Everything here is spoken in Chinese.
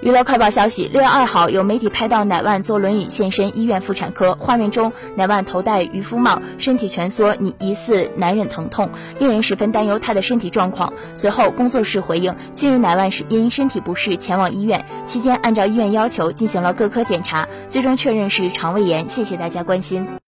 娱乐快报消息，6月2号，有媒体拍到乃万坐轮椅现身医院妇产科，画面中乃万头戴渔夫帽，身体蜷缩，疑似难忍疼痛，令人十分担忧他的身体状况。随后，工作室回应，近日乃万是因身体不适前往医院，期间按照医院要求进行了各科检查，最终确认是肠胃炎。谢谢大家关心。